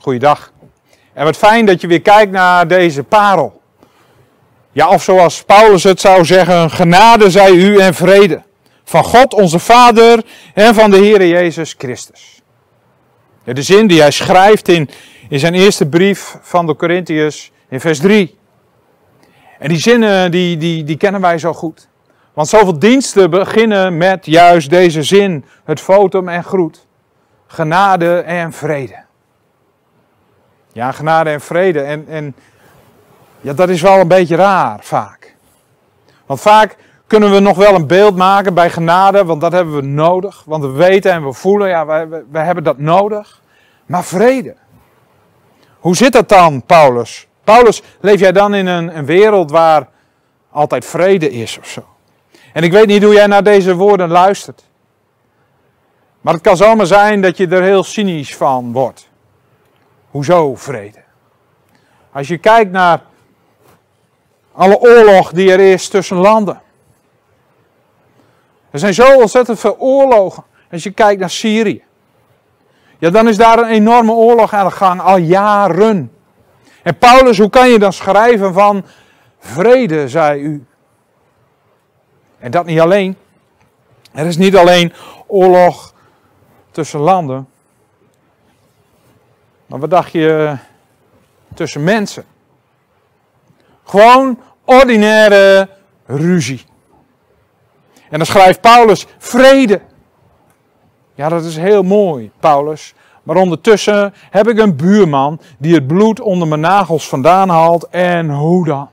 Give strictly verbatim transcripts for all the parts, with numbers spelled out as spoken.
Goeiedag. En wat fijn dat je weer kijkt naar deze parel. Ja, of zoals Paulus het zou zeggen, genade zij u en vrede. Van God onze Vader en van de Heere Jezus Christus. Ja, de zin die hij schrijft in, in zijn eerste brief van de Korintiërs in vers drie. En die zinnen die, die, die kennen wij zo goed. Want zoveel diensten beginnen met juist deze zin. Het votum en groet. Genade en vrede. Ja, genade en vrede. En, en ja, dat is wel een beetje raar vaak. Want vaak kunnen we nog wel een beeld maken bij genade, want dat hebben we nodig. Want we weten en we voelen, ja, wij, wij, wij hebben dat nodig. Maar vrede. Hoe zit dat dan, Paulus? Paulus, leef jij dan in een, een wereld waar altijd vrede is of zo? En ik weet niet hoe jij naar deze woorden luistert. Maar het kan zomaar zijn dat je er heel cynisch van wordt. Hoezo vrede? Als je kijkt naar alle oorlog die er is tussen landen. Er zijn zo ontzettend veel oorlogen. Als je kijkt naar Syrië. Ja, dan is daar een enorme oorlog aan de gang, al jaren. En Paulus, hoe kan je dan schrijven van vrede, zei u? En dat niet alleen. Er is niet alleen oorlog tussen landen. Maar wat dacht je tussen mensen? Gewoon ordinaire ruzie. En dan schrijft Paulus vrede. Ja, dat is heel mooi, Paulus. Maar ondertussen heb ik een buurman die het bloed onder mijn nagels vandaan haalt. En hoe dan?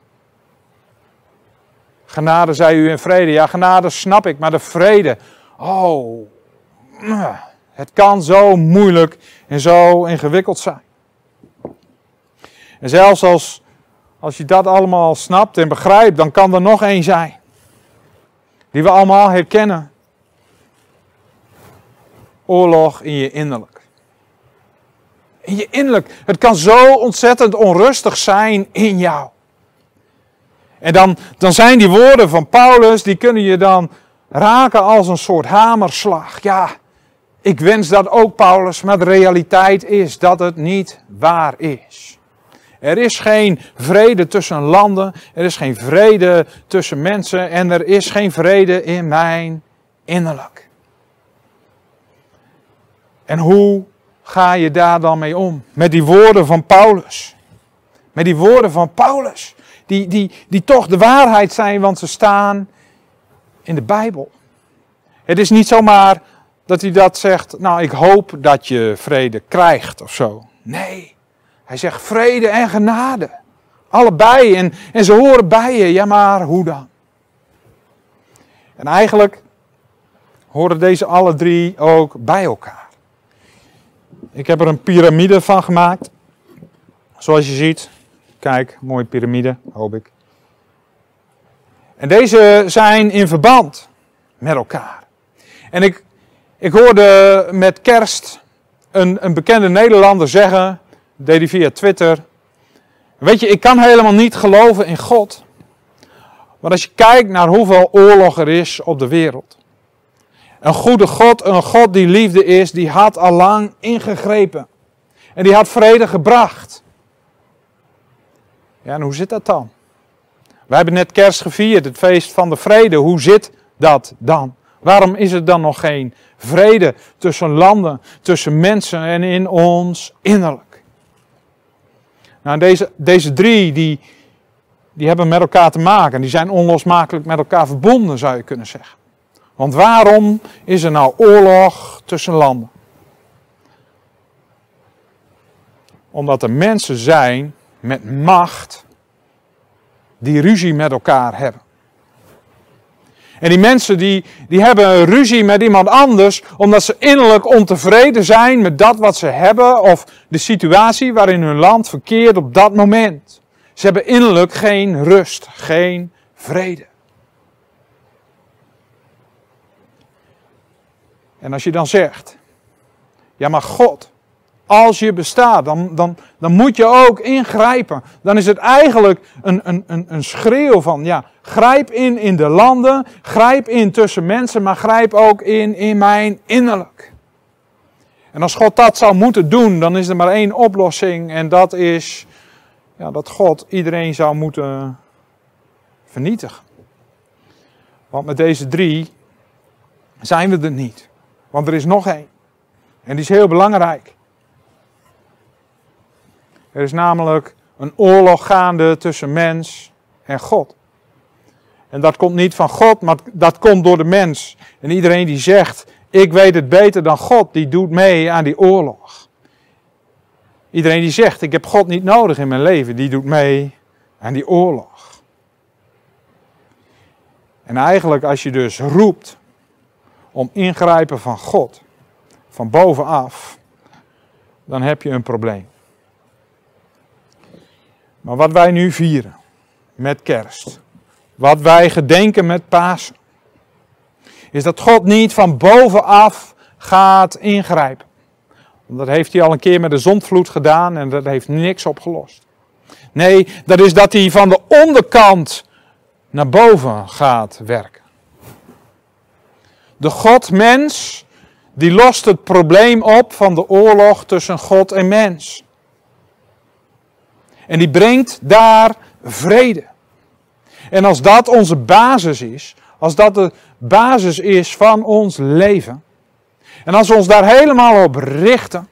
Genade zei u in vrede. Ja, genade snap ik, maar de vrede. Oh, het kan zo moeilijk en zo ingewikkeld zijn. En zelfs als, als je dat allemaal snapt en begrijpt, dan kan er nog één zijn. Die we allemaal herkennen. Oorlog in je innerlijk. In je innerlijk. Het kan zo ontzettend onrustig zijn in jou. En dan, dan zijn die woorden van Paulus, die kunnen je dan raken als een soort hamerslag. Ja, ik wens dat ook, Paulus, maar de realiteit is dat het niet waar is. Er is geen vrede tussen landen, er is geen vrede tussen mensen en er is geen vrede in mijn innerlijk. En hoe ga je daar dan mee om? Met die woorden van Paulus. Met die woorden van Paulus. Die, die, die toch de waarheid zijn, want ze staan in de Bijbel. Het is niet zomaar dat hij dat zegt, nou ik hoop dat je vrede krijgt of zo. Nee, hij zegt vrede en genade. Allebei en, en ze horen bij je, ja maar hoe dan? En eigenlijk horen deze alle drie ook bij elkaar. Ik heb er een piramide van gemaakt. Zoals je ziet. Kijk, mooie piramide, hoop ik. En deze zijn in verband met elkaar. En ik, ik hoorde met kerst een, een bekende Nederlander zeggen, deed hij via Twitter. Weet je, ik kan helemaal niet geloven in God. Maar als je kijkt naar hoeveel oorlog er is op de wereld. Een goede God, een God die liefde is, die had al lang ingegrepen. En die had vrede gebracht. Ja, en hoe zit dat dan? Wij hebben net kerst gevierd, het feest van de vrede. Hoe zit dat dan? Waarom is er dan nog geen vrede tussen landen, tussen mensen en in ons innerlijk? Nou, deze, deze drie, die, die hebben met elkaar te maken. Die zijn onlosmakelijk met elkaar verbonden, zou je kunnen zeggen. Want waarom is er nou oorlog tussen landen? Omdat er mensen zijn met macht die ruzie met elkaar hebben. En die mensen die, die hebben ruzie met iemand anders omdat ze innerlijk ontevreden zijn met dat wat ze hebben of de situatie waarin hun land verkeert op dat moment. Ze hebben innerlijk geen rust, geen vrede. En als je dan zegt, ja maar God, als je bestaat, dan, dan, dan moet je ook ingrijpen. Dan is het eigenlijk een, een, een, een schreeuw van, ja, grijp in in de landen, grijp in tussen mensen, maar grijp ook in in mijn innerlijk. En als God dat zou moeten doen, dan is er maar één oplossing. En dat is ja, dat God iedereen zou moeten vernietigen. Want met deze drie zijn we er niet. Want er is nog één. En die is heel belangrijk. Er is namelijk een oorlog gaande tussen mens en God. En dat komt niet van God, maar dat komt door de mens. En iedereen die zegt, ik weet het beter dan God, die doet mee aan die oorlog. Iedereen die zegt, ik heb God niet nodig in mijn leven, die doet mee aan die oorlog. En eigenlijk als je dus roept om ingrijpen van God, van bovenaf, dan heb je een probleem. Maar wat wij nu vieren met kerst, wat wij gedenken met Pasen, is dat God niet van bovenaf gaat ingrijpen. Dat heeft hij al een keer met de zondvloed gedaan en dat heeft niks opgelost. Nee, dat is dat hij van de onderkant naar boven gaat werken. De God-mens, die lost het probleem op van de oorlog tussen God en mens. En die brengt daar vrede. En als dat onze basis is, als dat de basis is van ons leven, en als we ons daar helemaal op richten,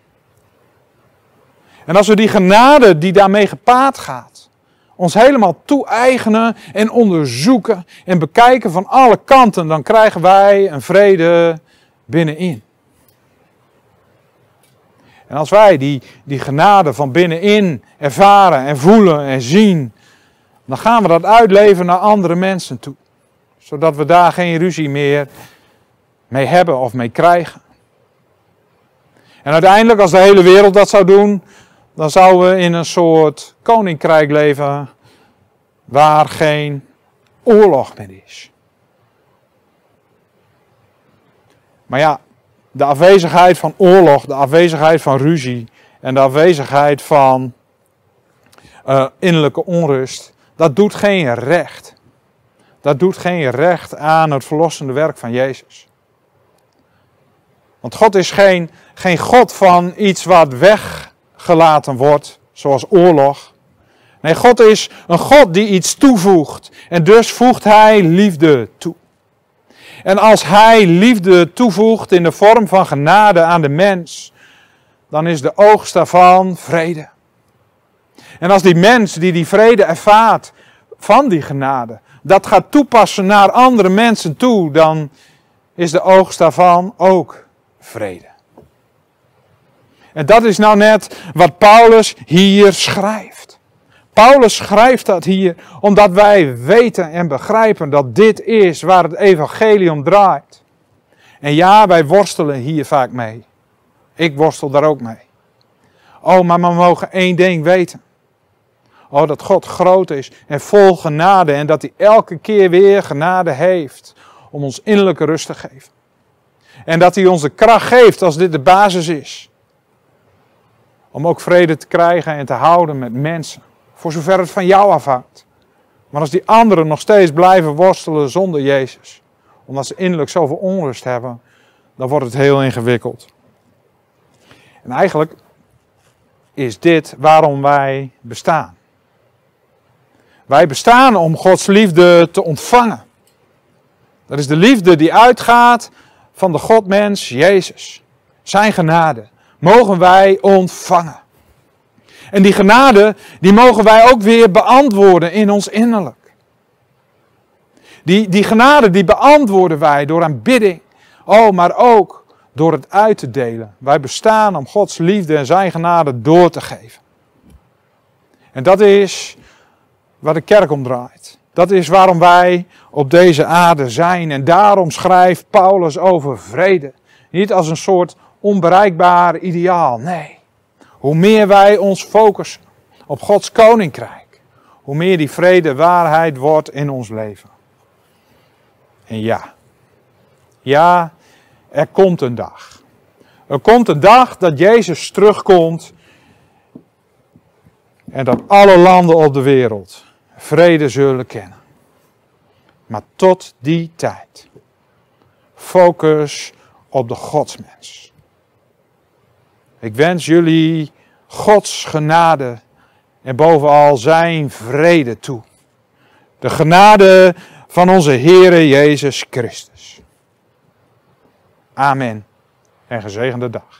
en als we die genade die daarmee gepaard gaat, ons helemaal toe-eigenen en onderzoeken en bekijken van alle kanten, dan krijgen wij een vrede binnenin. En als wij die, die genade van binnenin ervaren en voelen en zien, dan gaan we dat uitleven naar andere mensen toe. Zodat we daar geen ruzie meer mee hebben of mee krijgen. En uiteindelijk, als de hele wereld dat zou doen, dan zouden we in een soort koninkrijk leven waar geen oorlog meer is. Maar ja, de afwezigheid van oorlog, de afwezigheid van ruzie en de afwezigheid van uh, innerlijke onrust, dat doet geen recht. Dat doet geen recht aan het verlossende werk van Jezus. Want God is geen, geen God van iets wat weggelaten wordt, zoals oorlog. Nee, God is een God die iets toevoegt. En dus voegt Hij liefde toe. En als Hij liefde toevoegt in de vorm van genade aan de mens, dan is de oogst daarvan vrede. En als die mens die die vrede ervaart van die genade, dat gaat toepassen naar andere mensen toe, dan is de oogst daarvan ook vrede. En dat is nou net wat Paulus hier schrijft. Paulus schrijft dat hier omdat wij weten en begrijpen dat dit is waar het evangelie om draait. En ja, wij worstelen hier vaak mee. Ik worstel daar ook mee. Oh, maar we mogen één ding weten. Oh, dat God groot is en vol genade en dat hij elke keer weer genade heeft om ons innerlijke rust te geven. En dat hij ons de kracht geeft als dit de basis is. Om ook vrede te krijgen en te houden met mensen. Voor zover het van jou afhangt. Maar als die anderen nog steeds blijven worstelen zonder Jezus. Omdat ze innerlijk zoveel onrust hebben. Dan wordt het heel ingewikkeld. En eigenlijk is dit waarom wij bestaan. Wij bestaan om Gods liefde te ontvangen. Dat is de liefde die uitgaat van de Godmens Jezus. Zijn genade mogen wij ontvangen. En die genade, die mogen wij ook weer beantwoorden in ons innerlijk. Die, die genade, die beantwoorden wij door aanbidding. Oh, maar ook door het uit te delen. Wij bestaan om Gods liefde en zijn genade door te geven. En dat is waar de kerk om draait. Dat is waarom wij op deze aarde zijn. En daarom schrijft Paulus over vrede. Niet als een soort onbereikbaar ideaal. Nee. Hoe meer wij ons focussen op Gods koninkrijk. Hoe meer die vrede waarheid wordt in ons leven. En ja. Ja, er komt een dag. Er komt een dag dat Jezus terugkomt. En dat alle landen op de wereld vrede zullen kennen. Maar tot die tijd. Focus op de Godsmens. Ik wens jullie Gods genade en bovenal zijn vrede toe. De genade van onze Heere Jezus Christus. Amen. En gezegende dag.